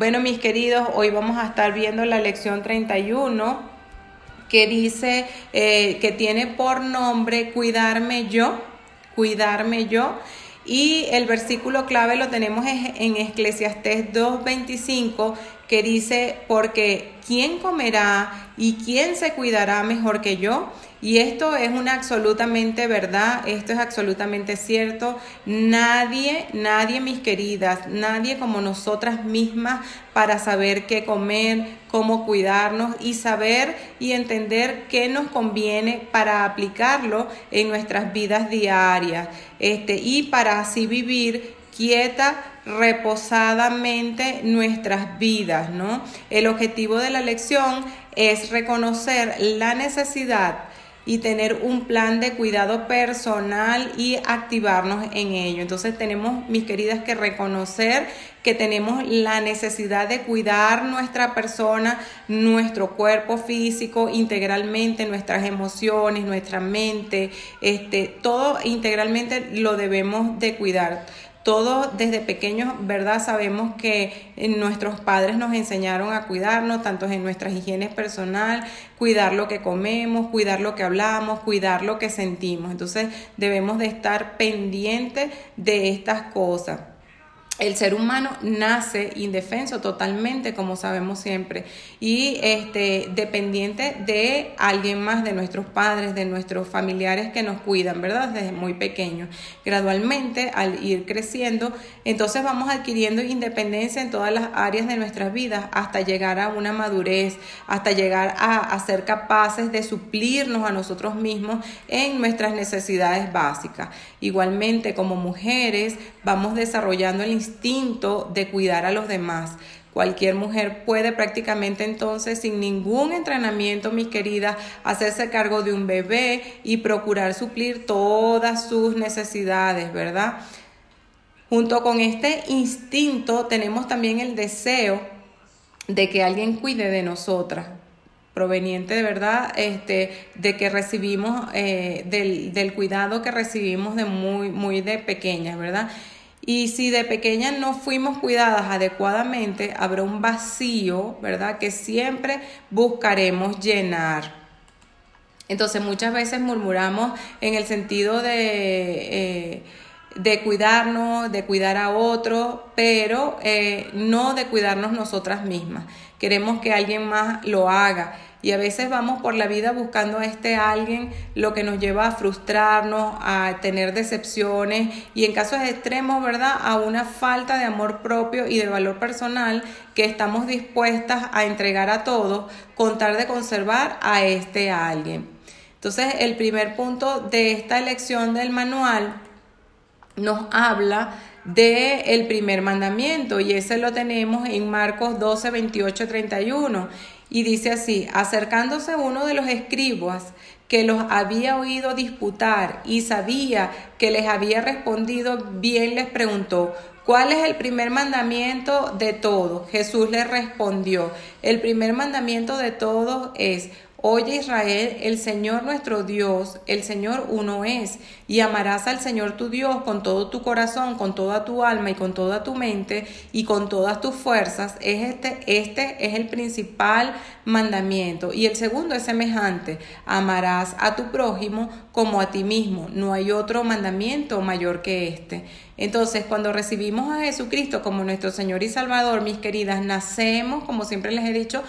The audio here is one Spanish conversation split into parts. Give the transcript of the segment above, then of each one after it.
Bueno, mis queridos, hoy vamos a estar viendo la lección 31 que dice que tiene por nombre cuidarme yo. Y el versículo clave lo tenemos en Eclesiastés 2:25, que dice, porque ¿quién comerá y quién se cuidará mejor que yo? Y esto es una absolutamente verdad, esto es absolutamente cierto. Nadie, mis queridas, nadie como nosotras mismas para saber qué comer, cómo cuidarnos y saber y entender qué nos conviene para aplicarlo en nuestras vidas diarias, y para así vivir quieta, reposadamente nuestras vidas, ¿no? El objetivo de la lección es reconocer la necesidad y tener un plan de cuidado personal y activarnos en ello. Entonces tenemos, mis queridas, que reconocer que tenemos la necesidad de cuidar nuestra persona, nuestro cuerpo físico integralmente, nuestras emociones, nuestra mente, todo integralmente lo debemos de cuidar. Todos desde pequeños, ¿verdad? Sabemos que nuestros padres nos enseñaron a cuidarnos, tanto en nuestra higiene personal, cuidar lo que comemos, cuidar lo que hablamos, cuidar lo que sentimos. Entonces debemos de estar pendientes de estas cosas. El ser humano nace indefenso totalmente, como sabemos siempre, y dependiente de alguien más, de nuestros padres, de nuestros familiares que nos cuidan, ¿verdad? Desde muy pequeños. Gradualmente, al ir creciendo, entonces vamos adquiriendo independencia en todas las áreas de nuestras vidas hasta llegar a una madurez, hasta llegar a ser capaces de suplirnos a nosotros mismos en nuestras necesidades básicas. Igualmente, como mujeres, vamos desarrollando el instinto de cuidar a los demás. Cualquier mujer puede prácticamente entonces, sin ningún entrenamiento, mis queridas, hacerse cargo de un bebé y procurar suplir todas sus necesidades, ¿verdad? Junto con este instinto tenemos también el deseo de que alguien cuide de nosotras, proveniente de verdad de que recibimos del cuidado que recibimos de muy de pequeñas, ¿verdad? Y si de pequeñas no fuimos cuidadas adecuadamente, habrá un vacío, ¿verdad?, que siempre buscaremos llenar. Entonces muchas veces murmuramos en el sentido de cuidarnos, de cuidar a otros, pero no de cuidarnos nosotras mismas. Queremos que alguien más lo haga. Y a veces vamos por la vida buscando a alguien, lo que nos lleva a frustrarnos, a tener decepciones y en casos extremos, ¿verdad?, a una falta de amor propio y de valor personal que estamos dispuestas a entregar a todos con tal de conservar a alguien. Entonces, el primer punto de esta lección del manual nos habla del primer mandamiento y ese lo tenemos en Marcos 12, 28, 31. Y dice así: acercándose uno de los escribas que los había oído disputar y sabía que les había respondido bien, les preguntó: ¿cuál es el primer mandamiento de todos? Jesús les respondió: el primer mandamiento de todos es: oye Israel, el Señor nuestro Dios, el Señor uno es, y amarás al Señor tu Dios con todo tu corazón, con toda tu alma y con toda tu mente y con todas tus fuerzas. Este es el principal mandamiento. Y el segundo es semejante: amarás a tu prójimo como a ti mismo. No hay otro mandamiento mayor que este. Entonces, cuando recibimos a Jesucristo como nuestro Señor y Salvador, mis queridas, nacemos, como siempre les he dicho,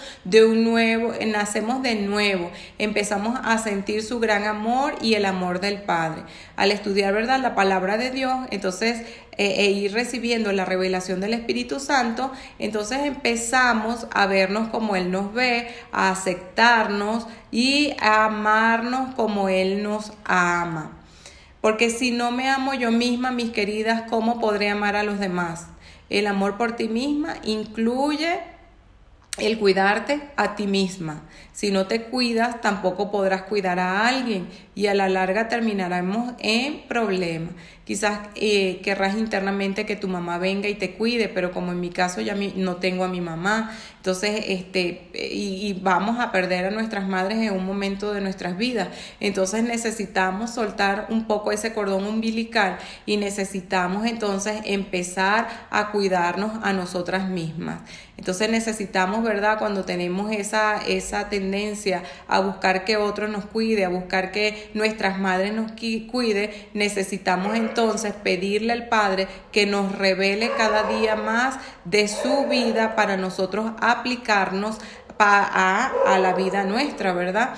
nacemos de nuevo. Empezamos a sentir su gran amor y el amor del Padre. Al estudiar, ¿verdad?, la palabra de Dios, entonces, ir recibiendo la revelación del Espíritu Santo, entonces empezamos a vernos como Él nos ve, a aceptarnos y a amarnos como Él nos ama. Porque si no me amo yo misma, mis queridas, ¿cómo podré amar a los demás? El amor por ti misma incluye el cuidarte a ti misma. Si no te cuidas, tampoco podrás cuidar a alguien y a la larga terminaremos en problemas. Quizás querrás internamente que tu mamá venga y te cuide, pero como en mi caso ya no tengo a mi mamá, entonces y vamos a perder a nuestras madres en un momento de nuestras vidas. Entonces necesitamos soltar un poco ese cordón umbilical y necesitamos entonces empezar a cuidarnos a nosotras mismas. Entonces necesitamos, ¿verdad? Cuando tenemos esa tendencia a buscar que otro nos cuide, a buscar que nuestras madres nos cuide, necesitamos entonces pedirle al Padre que nos revele cada día más de su vida para nosotros aplicarnos a la vida nuestra, ¿verdad?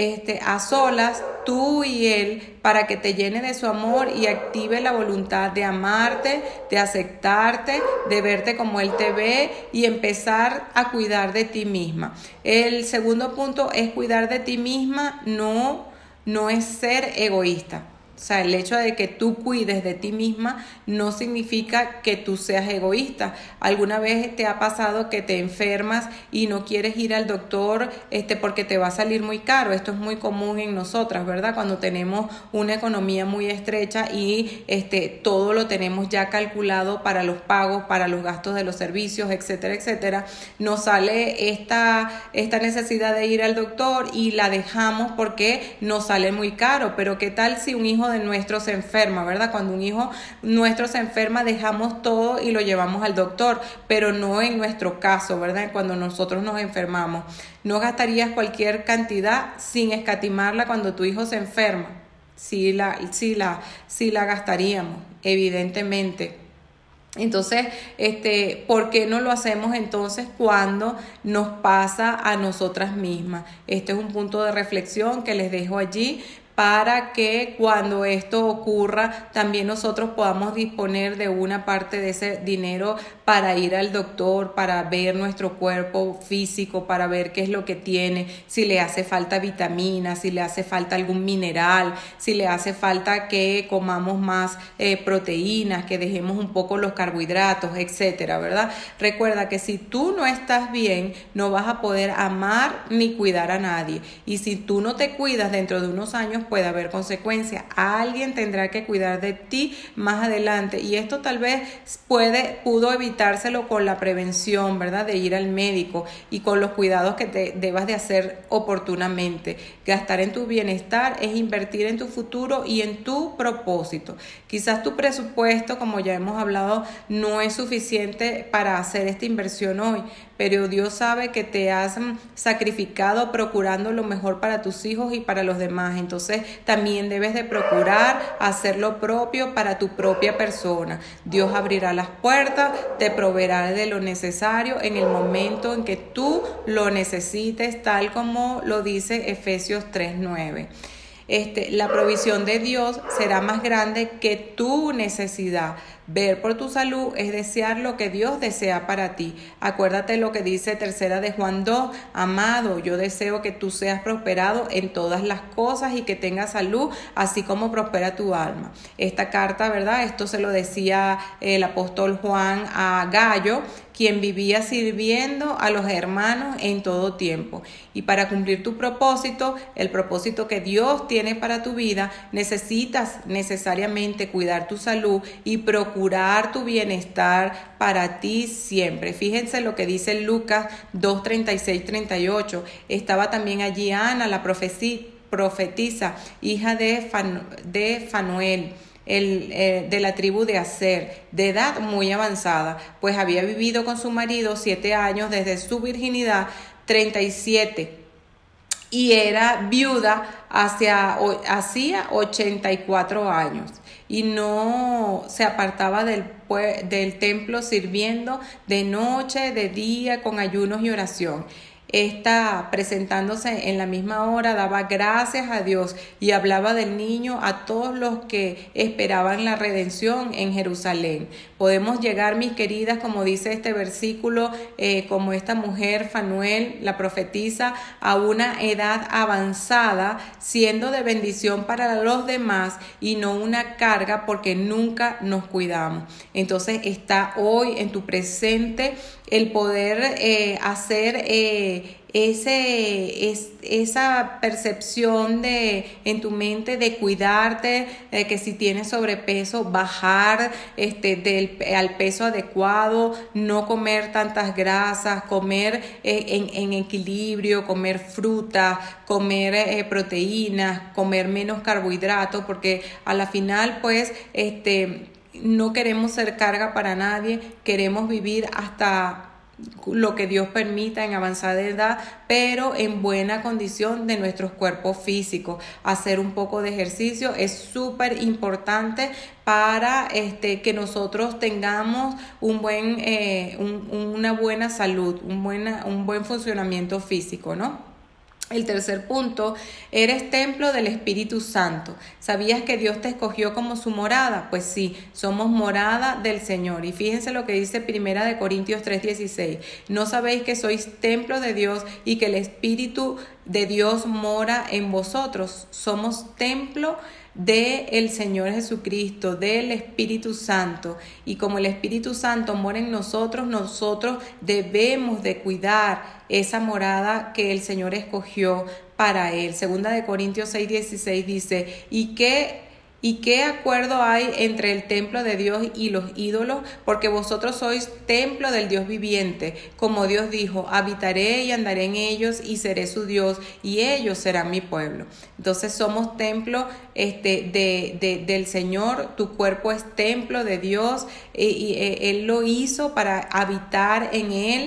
A solas, tú y Él, para que te llene de su amor y active la voluntad de amarte, de aceptarte, de verte como Él te ve y empezar a cuidar de ti misma. El segundo punto es cuidar de ti misma, no es ser egoísta. O sea, el hecho de que tú cuides de ti misma no significa que tú seas egoísta. ¿Alguna vez te ha pasado que te enfermas y no quieres ir al doctor porque te va a salir muy caro? Esto es muy común en nosotras, ¿verdad? Cuando tenemos una economía muy estrecha y todo lo tenemos ya calculado para los pagos, para los gastos de los servicios, etcétera, etcétera, nos sale esta necesidad de ir al doctor y la dejamos porque nos sale muy caro. Pero ¿qué tal si un hijo de nuestro se enferma, ¿verdad? Cuando un hijo nuestro se enferma, dejamos todo y lo llevamos al doctor, pero no en nuestro caso, ¿verdad? Cuando nosotros nos enfermamos. No gastarías cualquier cantidad sin escatimarla cuando tu hijo se enferma. Sí la gastaríamos, evidentemente. Entonces, ¿por qué no lo hacemos entonces cuando nos pasa a nosotras mismas? Este es un punto de reflexión que les dejo allí, para que cuando esto ocurra también nosotros podamos disponer de una parte de ese dinero para ir al doctor, para ver nuestro cuerpo físico, para ver qué es lo que tiene, si le hace falta vitaminas, si le hace falta algún mineral, si le hace falta que comamos más proteínas, que dejemos un poco los carbohidratos, etcétera, ¿verdad? Recuerda que si tú no estás bien, no vas a poder amar ni cuidar a nadie. Y si tú no te cuidas, dentro de unos años puede haber consecuencias. Alguien tendrá que cuidar de ti más adelante, y esto tal vez pudo evitárselo con la prevención, ¿verdad? De ir al médico y con los cuidados que te debas de hacer oportunamente. Gastar en tu bienestar es invertir en tu futuro y en tu propósito. Quizás tu presupuesto, como ya hemos hablado, no es suficiente para hacer esta inversión hoy, pero Dios sabe que te has sacrificado procurando lo mejor para tus hijos y para los demás. Entonces también debes de procurar hacer lo propio para tu propia persona. Dios abrirá las puertas, te proveerá de lo necesario en el momento en que tú lo necesites, tal como lo dice Efesios 3:9. La provisión de Dios será más grande que tu necesidad. Ver por tu salud es desear lo que Dios desea para ti. Acuérdate lo que dice 3 de Juan 2, amado, yo deseo que tú seas prosperado en todas las cosas y que tengas salud, así como prospera tu alma. Esta carta, ¿verdad? Esto se lo decía el apóstol Juan a Gallo, quien vivía sirviendo a los hermanos en todo tiempo. Y para cumplir tu propósito, el propósito que Dios tiene para tu vida, necesitas necesariamente cuidar tu salud y procurar tu bienestar para ti siempre. Fíjense lo que dice Lucas 2:36-38. Estaba también allí Ana, la profetisa, hija de Fanuel, de la tribu de Aser, de edad muy avanzada, pues había vivido con su marido 7 años desde su virginidad, 37, y era viuda hacía 84 años, y no se apartaba del templo, sirviendo de noche, de día, con ayunos y oración. Esta, presentándose en la misma hora, daba gracias a Dios y hablaba del niño a todos los que esperaban la redención en Jerusalén. Podemos llegar, mis queridas, como dice este versículo, como esta mujer Fanuel, la profetisa, a una edad avanzada, siendo de bendición para los demás y no una carga, porque nunca nos cuidamos. Entonces está hoy en tu presente el poder hacer esa percepción en tu mente de cuidarte, de que si tienes sobrepeso, bajar al peso adecuado, no comer tantas grasas, comer en equilibrio, comer fruta, comer proteínas, comer menos carbohidratos, porque a la final pues no queremos ser carga para nadie, queremos vivir hasta lo que Dios permita en avanzada edad, pero en buena condición de nuestros cuerpos físicos. Hacer un poco de ejercicio es súper importante para que nosotros tengamos una buena salud, un buen funcionamiento físico, ¿no? El tercer punto, eres templo del Espíritu Santo. ¿Sabías que Dios te escogió como su morada? Pues sí, somos morada del Señor. Y fíjense lo que dice 1 Corintios 3:16. ¿No sabéis que sois templo de Dios y que el Espíritu de Dios mora en vosotros? Somos templo del Señor Jesucristo, del Espíritu Santo. Y como el Espíritu Santo mora en nosotros, nosotros debemos de cuidar esa morada que el Señor escogió para Él. 2 Corintios 6:16 dice, ¿Y qué acuerdo hay entre el templo de Dios y los ídolos? Porque vosotros sois templo del Dios viviente. Como Dios dijo, habitaré y andaré en ellos y seré su Dios y ellos serán mi pueblo. Entonces somos templo del Señor. Tu cuerpo es templo de Dios y Él lo hizo para habitar en Él.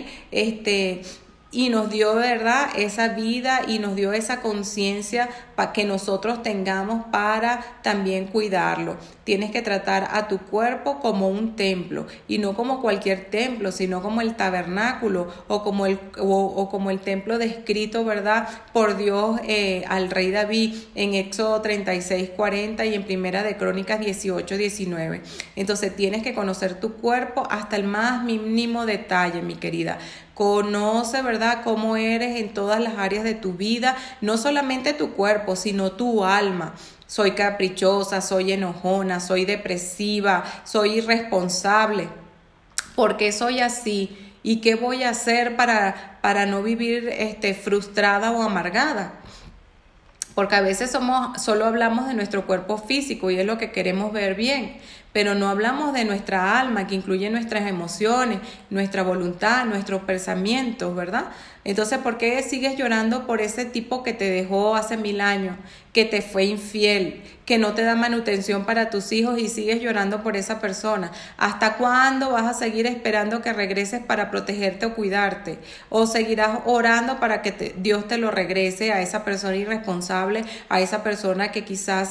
Y nos dio, ¿verdad?, esa vida y nos dio esa conciencia para que nosotros tengamos para también cuidarlo. Tienes que tratar a tu cuerpo como un templo y no como cualquier templo, sino como el tabernáculo o como el templo descrito, ¿verdad?, por Dios al rey David en Éxodo 36:40 y en Primera de Crónicas 18:19. Entonces tienes que conocer tu cuerpo hasta el más mínimo detalle, mi querida. Conoce, ¿verdad?, cómo eres en todas las áreas de tu vida, no solamente tu cuerpo, sino tu alma. Soy caprichosa, soy enojona, soy depresiva, soy irresponsable. ¿Por qué soy así? ¿Y qué voy a hacer para no vivir frustrada o amargada? Porque a veces solo hablamos de nuestro cuerpo físico y es lo que queremos ver bien, pero no hablamos de nuestra alma, que incluye nuestras emociones, nuestra voluntad, nuestros pensamientos, ¿verdad? Entonces, ¿por qué sigues llorando por ese tipo que te dejó hace 1000 años, que te fue infiel, que no te da manutención para tus hijos y sigues llorando por esa persona? ¿Hasta cuándo vas a seguir esperando que regreses para protegerte o cuidarte? ¿O seguirás orando para que Dios te lo regrese a esa persona irresponsable, a esa persona que quizás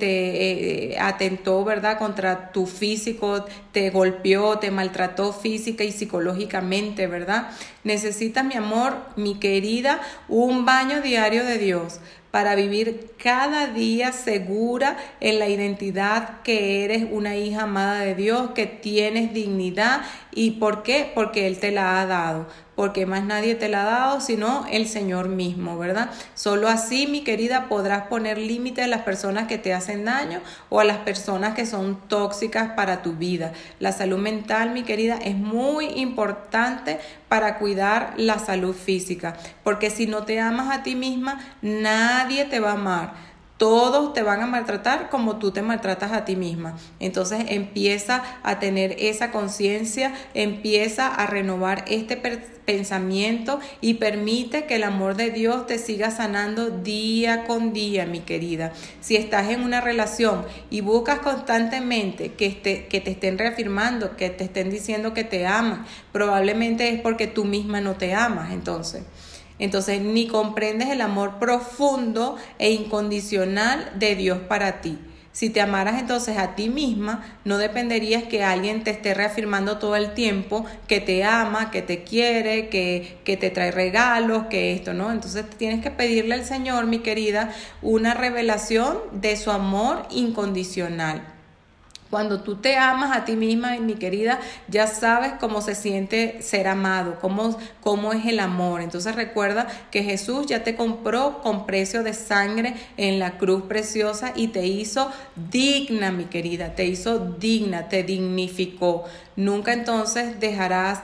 atentó, ¿verdad?, contra tu físico, te golpeó, te maltrató física y psicológicamente, ¿verdad? Necesitas, mi amor, mi querida, un baño diario de Dios para vivir cada día segura en la identidad que eres una hija amada de Dios, que tienes dignidad. ¿Y por qué? Porque Él te la ha dado. Porque más nadie te la ha dado sino el Señor mismo, ¿verdad? Solo así, mi querida, podrás poner límites a las personas que te hacen daño o a las personas que son tóxicas para tu vida. La salud mental, mi querida, es muy importante para cuidar la salud física, porque si no te amas a ti misma, nadie te va a amar. Todos te van a maltratar como tú te maltratas a ti misma. Entonces empieza a tener esa conciencia, empieza a renovar este pensamiento y permite que el amor de Dios te siga sanando día con día, mi querida. Si estás en una relación y buscas constantemente que te estén reafirmando, que te estén diciendo que te aman, probablemente es porque tú misma no te amas, Entonces, ni comprendes el amor profundo e incondicional de Dios para ti. Si te amaras entonces a ti misma, no dependerías que alguien te esté reafirmando todo el tiempo que te ama, que te quiere, que te trae regalos, que esto, ¿no? Entonces tienes que pedirle al Señor, mi querida, una revelación de su amor incondicional. Cuando tú te amas a ti misma, mi querida, ya sabes cómo se siente ser amado, cómo es el amor. Entonces recuerda que Jesús ya te compró con precio de sangre en la cruz preciosa y te hizo digna, mi querida, te hizo digna, te dignificó. Nunca entonces dejarás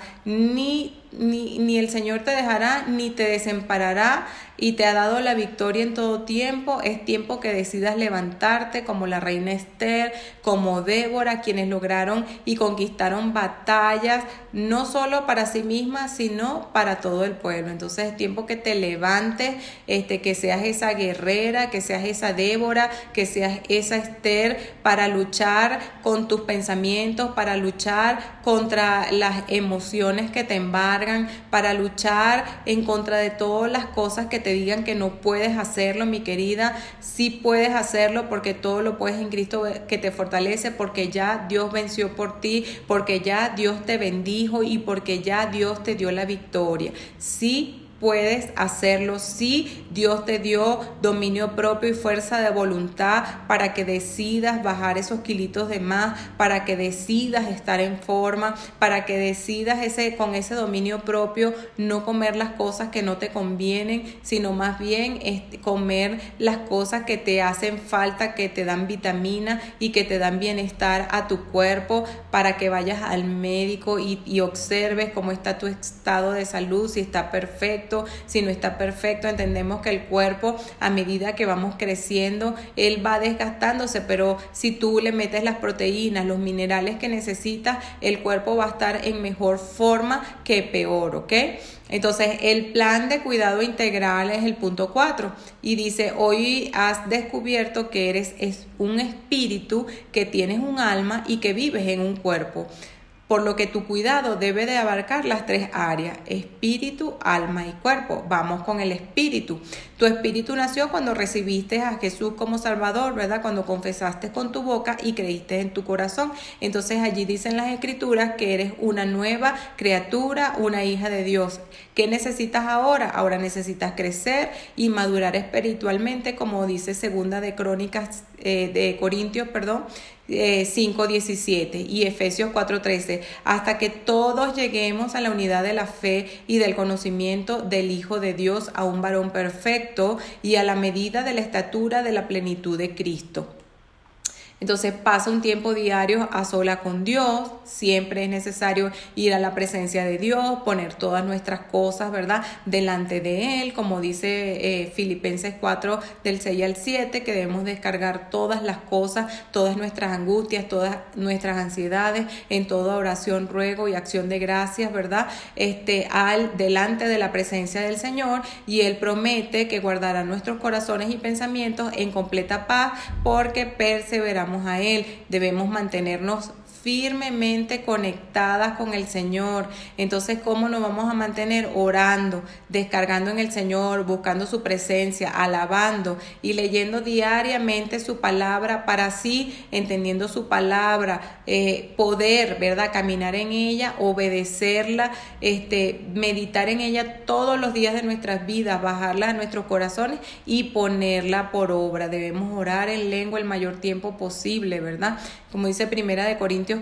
ni el Señor te dejará, ni te desamparará, y te ha dado la victoria en todo tiempo. Es tiempo que decidas levantarte como la reina Esther, como Débora, quienes lograron y conquistaron batallas, no solo para sí mismas, sino para todo el pueblo. Entonces es tiempo que te levantes, que seas esa guerrera, que seas esa Débora, que seas esa Esther, para luchar con tus pensamientos, para luchar contra las emociones que te embargan, para luchar en contra de todas las cosas que te digan que no puedes hacerlo, mi querida. Sí puedes hacerlo, porque todo lo puedes en Cristo que te fortalece, porque ya Dios venció por ti, porque ya Dios te bendijo y porque ya Dios te dio la victoria. Sí puedes hacerlo, sí, Dios te dio dominio propio y fuerza de voluntad para que decidas bajar esos kilitos de más, para que decidas estar en forma, para que decidas con ese dominio propio no comer las cosas que no te convienen, sino más bien comer las cosas que te hacen falta, que te dan vitamina y que te dan bienestar a tu cuerpo, para que vayas al médico y observes cómo está tu estado de salud, si está perfecto. Si no está perfecto, entendemos que el cuerpo, a medida que vamos creciendo, él va desgastándose, pero si tú le metes las proteínas, los minerales que necesitas, el cuerpo va a estar en mejor forma que peor, ¿ok? Entonces, el plan de cuidado integral es el punto 4 y dice: hoy has descubierto que eres un espíritu, que tienes un alma y que vives en un cuerpo. Por lo que tu cuidado debe de abarcar las 3 áreas: espíritu, alma y cuerpo. Vamos con el espíritu. Tu espíritu nació cuando recibiste a Jesús como Salvador, ¿verdad? Cuando confesaste con tu boca y creíste en tu corazón. Entonces allí dicen las Escrituras que eres una nueva criatura, una hija de Dios. ¿Qué necesitas ahora? Ahora necesitas crecer y madurar espiritualmente, como dice segunda de Corintios, 5:17 y Efesios 4:13, hasta que todos lleguemos a la unidad de la fe y del conocimiento del Hijo de Dios, a un varón perfecto y a la medida de la estatura de la plenitud de Cristo. Entonces pasa un tiempo diario a sola con Dios. Siempre es necesario ir a la presencia de Dios, poner todas nuestras cosas, ¿verdad?, delante de Él, como dice Filipenses 4 del 6 al 7, que debemos descargar todas las cosas, todas nuestras angustias, todas nuestras ansiedades, en toda oración, ruego y acción de gracias, ¿verdad?, delante de la presencia del Señor, y Él promete que guardará nuestros corazones y pensamientos en completa paz, porque perseveramos a Él. Debemos mantenernos firmemente conectadas con el Señor. Entonces, ¿cómo nos vamos a mantener? Orando, descargando en el Señor, buscando su presencia, alabando y leyendo diariamente su palabra, para así, entendiendo su palabra, poder, ¿verdad?, caminar en ella, obedecerla, meditar en ella todos los días de nuestras vidas, bajarla a nuestros corazones y ponerla por obra. Debemos orar en lengua el mayor tiempo posible, ¿verdad? Como dice Primera de Corintios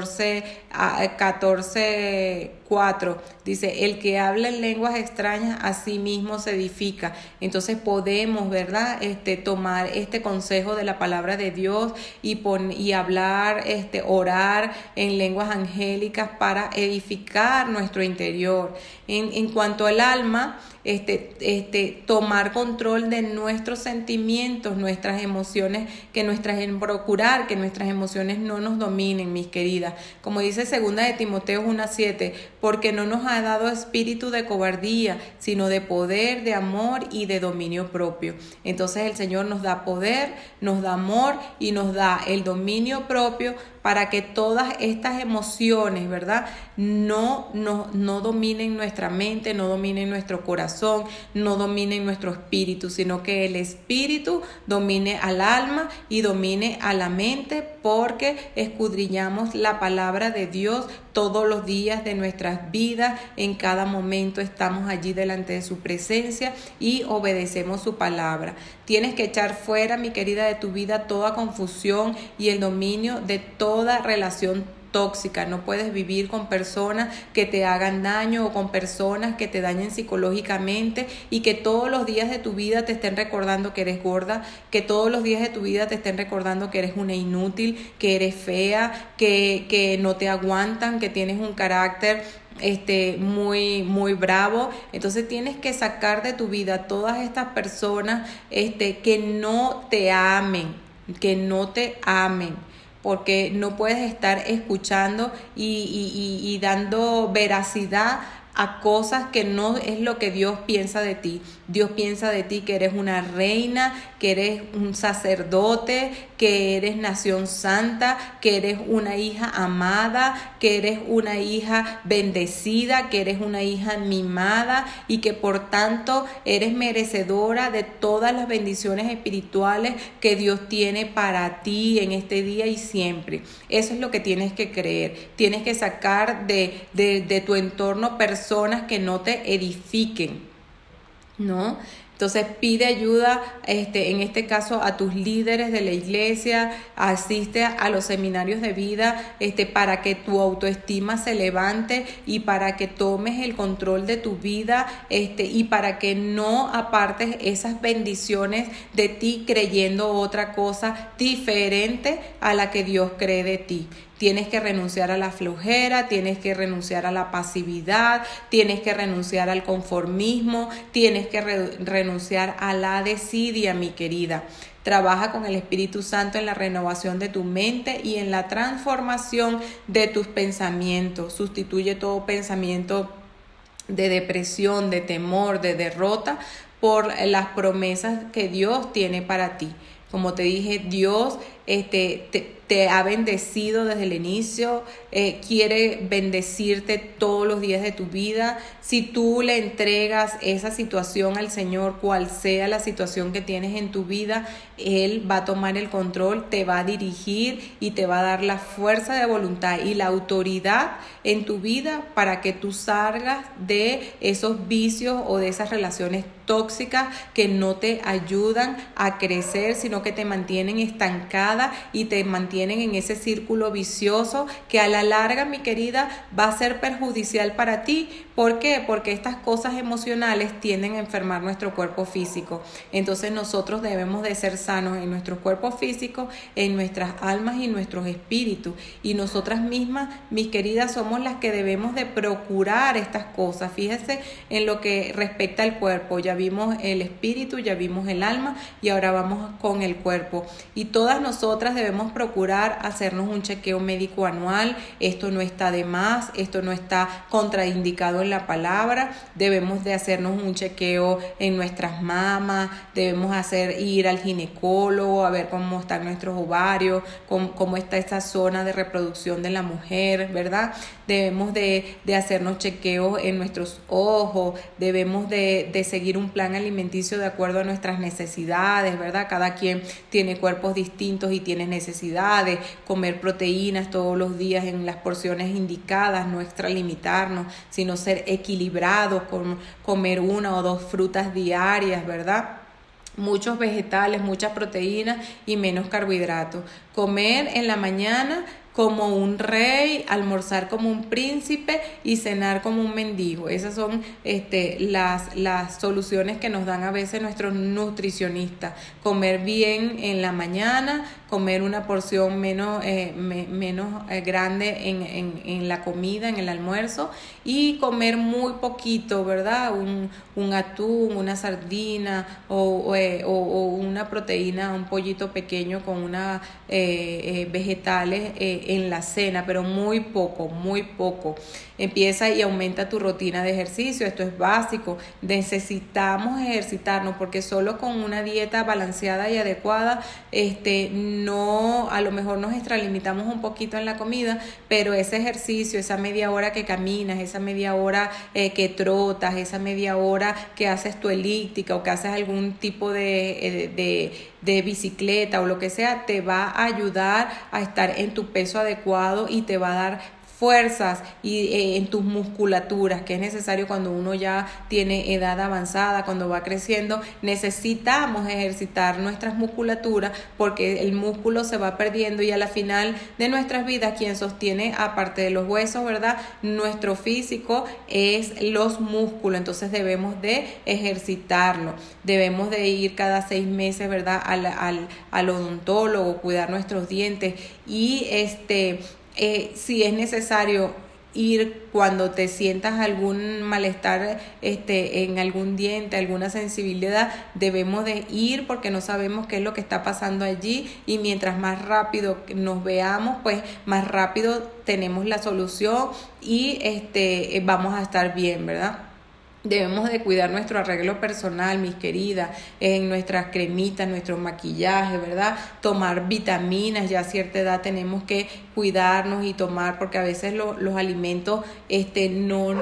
14:4, dice: el que habla en lenguas extrañas a sí mismo se edifica. Entonces podemos, ¿verdad?, tomar este consejo de la palabra de Dios y hablar, orar en lenguas angélicas para edificar nuestro interior. En cuanto al alma, tomar control de nuestros sentimientos, nuestras emociones, procurar que nuestras emociones no nos dominen, mis queridas. Como dice segunda de Timoteo 1:7, porque no nos ha dado espíritu de cobardía, sino de poder, de amor y de dominio propio. Entonces el Señor nos da poder, nos da amor y nos da el dominio propio, para que todas estas emociones, ¿verdad?, no dominen nuestra mente, no dominen nuestro corazón, no dominen nuestro espíritu, sino que el espíritu domine al alma y domine a la mente, porque escudriñamos la palabra de Dios todos los días de nuestras vidas. En cada momento estamos allí delante de su presencia y obedecemos su palabra. Tienes que echar fuera, mi querida, de tu vida toda confusión y el dominio de toda relación tóxicas, no puedes vivir con personas que te hagan daño o con personas que te dañen psicológicamente y que todos los días de tu vida te estén recordando que eres gorda, que todos los días de tu vida te estén recordando que eres una inútil, que eres fea, que no te aguantan, que tienes un carácter muy bravo. Entonces tienes que sacar de tu vida todas estas personas que no te amen, porque no puedes estar escuchando y dando veracidad a cosas que no es lo que Dios piensa de ti. Dios piensa de ti que eres una reina, que eres un sacerdote, que eres nación santa, que eres una hija amada, que eres una hija bendecida, que eres una hija mimada y que por tanto eres merecedora de todas las bendiciones espirituales que Dios tiene para ti en este día y siempre. Eso es lo que tienes que creer. Tienes que sacar de tu entorno personas que no te edifiquen, ¿no? Entonces pide ayuda, en este caso a tus líderes de la iglesia, asiste a los seminarios de vida, para que tu autoestima se levante y para que tomes el control de tu vida, y para que no apartes esas bendiciones de ti creyendo otra cosa diferente a la que Dios cree de ti. Tienes que renunciar a la flojera, tienes que renunciar a la pasividad, tienes que renunciar al conformismo, tienes que renunciar a la desidia, mi querida. Trabaja con el Espíritu Santo en la renovación de tu mente y en la transformación de tus pensamientos. Sustituye todo pensamiento de depresión, de temor, de derrota por las promesas que Dios tiene para ti. Como te dije, Dios te ha bendecido desde el inicio, quiere bendecirte todos los días de tu vida. Si tú le entregas esa situación al Señor, cual sea la situación que tienes en tu vida, Él va a tomar el control, te va a dirigir y te va a dar la fuerza de voluntad y la autoridad en tu vida para que tú salgas de esos vicios o de esas relaciones tóxicas que no te ayudan a crecer, sino que te mantienen estancada y te mantienen en ese círculo vicioso que a la larga, mi querida, va a ser perjudicial para ti. ¿Por qué? Porque estas cosas emocionales tienden a enfermar nuestro cuerpo físico. Entonces nosotros debemos de ser sanos en nuestro cuerpo físico, en nuestras almas y nuestros espíritus. Y nosotras mismas, mis queridas, somos las que debemos de procurar estas cosas. Fíjese en lo que respecta al cuerpo. Ya vimos el espíritu, ya vimos el alma y ahora vamos con el cuerpo. Y todas nosotras debemos procurar hacernos un chequeo médico anual. Esto no está de más, esto no está contraindicado en la palabra. Debemos de hacernos un chequeo en nuestras mamas, debemos ir al ginecólogo a ver cómo están nuestros ovarios, cómo está esta zona de reproducción de la mujer, ¿verdad? Debemos de hacernos chequeos en nuestros ojos, debemos de seguir un plan alimenticio de acuerdo a nuestras necesidades, ¿verdad? Cada quien tiene cuerpos distintos y tiene necesidades, comer proteínas todos los días en las porciones indicadas, no extralimitarnos, sino ser equilibrados, con comer 1 o 2 frutas diarias, ¿verdad? Muchos vegetales, muchas proteínas y menos carbohidratos. Comer en la mañana como un rey, almorzar como un príncipe y cenar como un mendigo. Esas son las soluciones que nos dan a veces nuestros nutricionistas. Comer bien en la mañana, comer una porción menos grande en la comida, en el almuerzo, y comer muy poquito, ¿verdad? Un atún, una sardina o una proteína, un pollito pequeño con unas vegetales en la cena, pero muy poco. Empieza y aumenta tu rutina de ejercicio. Esto es básico. Necesitamos ejercitarnos porque solo con una dieta balanceada y adecuada, no, a lo mejor nos extralimitamos un poquito en la comida, pero ese ejercicio, esa media hora que caminas, esa media hora que trotas, esa media hora que haces tu elíptica o que haces algún tipo de bicicleta o lo que sea, te va a ayudar a estar en tu peso adecuado y te va a dar fuerzas y en tus musculaturas, que es necesario cuando uno ya tiene edad avanzada, cuando va creciendo, necesitamos ejercitar nuestras musculaturas porque el músculo se va perdiendo y a la final de nuestras vidas quien sostiene, aparte de los huesos, ¿verdad?, nuestro físico es los músculos. Entonces debemos de ejercitarlo, debemos de ir cada 6 meses, ¿verdad?, al odontólogo, cuidar nuestros dientes y si es necesario ir cuando te sientas algún malestar en algún diente, alguna sensibilidad, debemos de ir porque no sabemos qué es lo que está pasando allí y mientras más rápido nos veamos, pues más rápido tenemos la solución y vamos a estar bien, ¿verdad? Debemos de cuidar nuestro arreglo personal, mis queridas, en nuestras cremitas, nuestro maquillaje, ¿verdad? Tomar vitaminas, ya a cierta edad tenemos que cuidarnos y tomar, porque a veces los alimentos no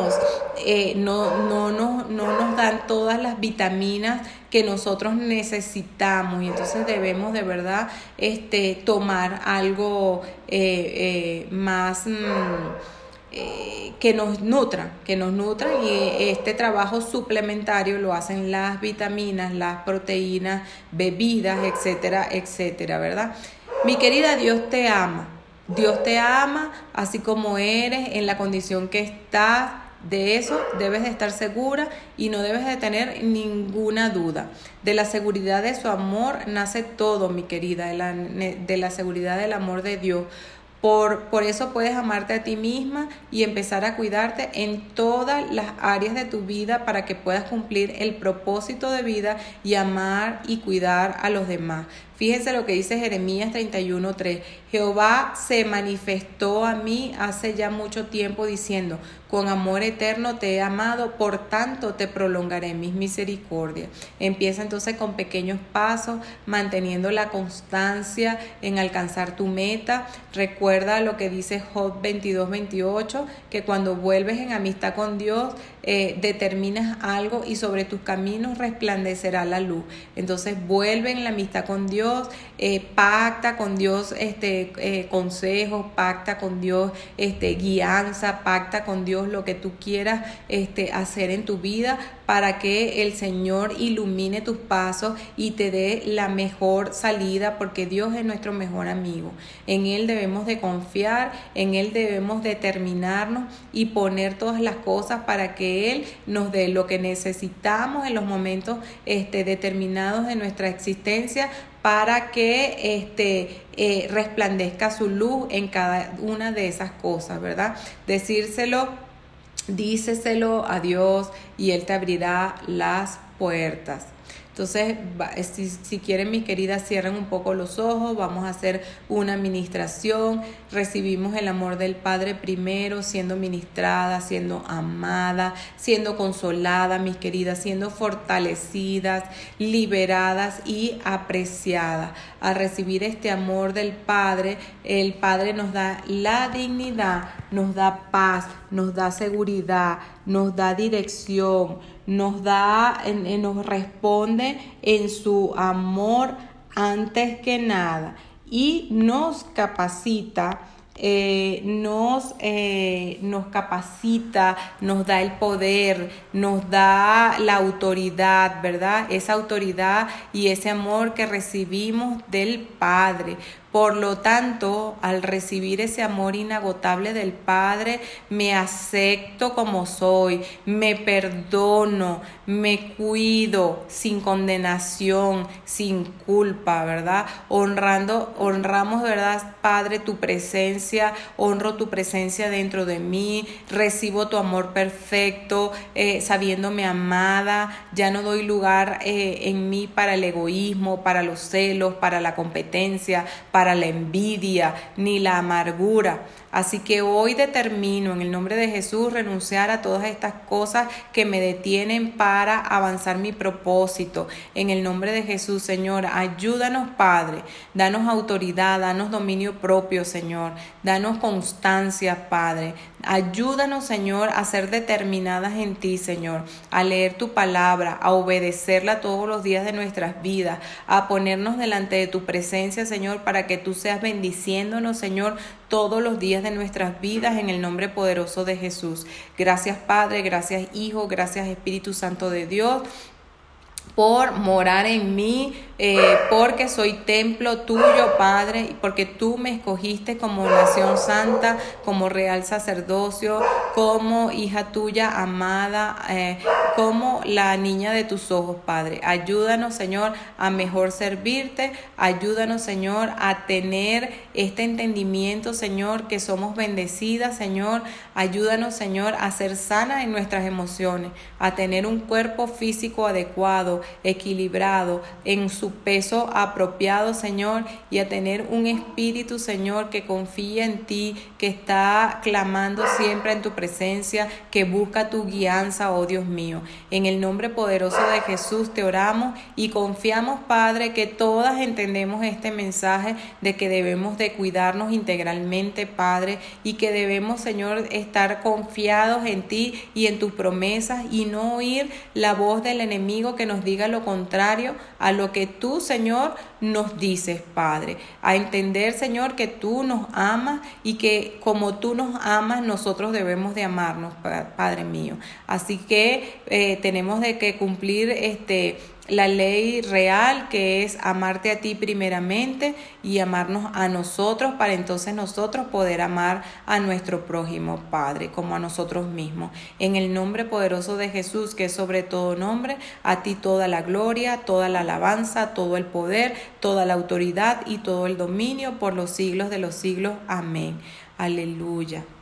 nos dan todas las vitaminas que nosotros necesitamos y entonces debemos de verdad tomar algo más que nos nutran y este trabajo suplementario lo hacen las vitaminas, las proteínas, bebidas, etcétera, etcétera, ¿verdad? Mi querida, Dios te ama así como eres, en la condición que estás. De eso debes de estar segura y no debes de tener ninguna duda. De la seguridad de su amor nace todo, mi querida, de la seguridad del amor de Dios. Por eso puedes amarte a ti misma y empezar a cuidarte en todas las áreas de tu vida para que puedas cumplir el propósito de vida y amar y cuidar a los demás. Fíjense lo que dice Jeremías 31:3. Jehová se manifestó a mí hace ya mucho tiempo diciendo, con amor eterno te he amado, por tanto te prolongaré mis misericordias. Empieza entonces con pequeños pasos, manteniendo la constancia en alcanzar tu meta. Recuerda lo que dice Job 22:28, que cuando vuelves en amistad con Dios, determinas algo y sobre tus caminos resplandecerá la luz. Entonces vuelve en la amistad con Dios, pacta con Dios consejos, pacta con Dios guianza, pacta con Dios lo que tú quieras hacer en tu vida para que el Señor ilumine tus pasos y te dé la mejor salida, porque Dios es nuestro mejor amigo. En Él debemos de confiar, en Él debemos determinarnos y poner todas las cosas para que Él nos dé lo que necesitamos en los momentos determinados de nuestra existencia para que resplandezca su luz en cada una de esas cosas, ¿verdad? Díceselo a Dios y Él te abrirá las puertas. Entonces, si quieren, mis queridas, cierren un poco los ojos, vamos a hacer una administración. Recibimos el amor del Padre primero, siendo ministrada, siendo amada, siendo consolada, mis queridas, siendo fortalecidas, liberadas y apreciadas. Al recibir este amor del Padre, el Padre nos da la dignidad, nos da paz, nos da seguridad, nos da dirección, nos responde en su amor antes que nada y nos capacita, nos capacita, nos da el poder, nos da la autoridad, ¿verdad? Esa autoridad y ese amor que recibimos del Padre. Por lo tanto, al recibir ese amor inagotable del Padre, me acepto como soy, me perdono, me cuido sin condenación, sin culpa, ¿verdad? Honramos, ¿verdad, Padre, tu presencia, honro tu presencia dentro de mí, recibo tu amor perfecto, sabiéndome amada, ya no doy lugar en mí para el egoísmo, para los celos, para la competencia, para la envidia ni la amargura. Así que hoy determino en el nombre de Jesús renunciar a todas estas cosas que me detienen para avanzar mi propósito. En el nombre de Jesús, Señor, ayúdanos, Padre, danos autoridad, danos dominio propio, Señor, danos constancia, Padre, Ayúdanos, Señor, a ser determinadas en ti, Señor, a leer tu palabra, a obedecerla todos los días de nuestras vidas, a ponernos delante de tu presencia, Señor, para que tú seas bendiciéndonos, Señor, todos los días de nuestras vidas, en el nombre poderoso de Jesús. Gracias, Padre, gracias, Hijo, gracias, Espíritu Santo de Dios, por morar en mí, porque soy templo tuyo, Padre, y porque tú me escogiste como nación santa, como real sacerdocio, como hija tuya amada, como la niña de tus ojos, Padre. Ayúdanos, Señor, a mejor servirte. Ayúdanos, Señor, a tener este entendimiento, Señor, que somos bendecidas, Señor. Ayúdanos, Señor, a ser sanas en nuestras emociones, a tener un cuerpo físico adecuado, equilibrado, en su peso apropiado, Señor, y a tener un espíritu, Señor, que confía en ti, que está clamando siempre en tu presencia, que busca tu guianza, oh Dios mío. En el nombre poderoso de Jesús te oramos y confiamos, Padre, que todas entendemos este mensaje de que debemos de cuidarnos integralmente, Padre, y que debemos, Señor, estar confiados en ti y en tus promesas y no oír la voz del enemigo que nos diga lo contrario a lo que tú, Señor, nos dices, Padre. A entender, Señor, que tú nos amas y que como tú nos amas, nosotros debemos de amarnos, Padre mío. Así que tenemos de que cumplir la ley real, que es amarte a ti primeramente y amarnos a nosotros, para entonces nosotros poder amar a nuestro prójimo, Padre, como a nosotros mismos. En el nombre poderoso de Jesús, que es sobre todo nombre, a ti toda la gloria, toda la alabanza, todo el poder, toda la autoridad y todo el dominio por los siglos de los siglos. Amén. Aleluya.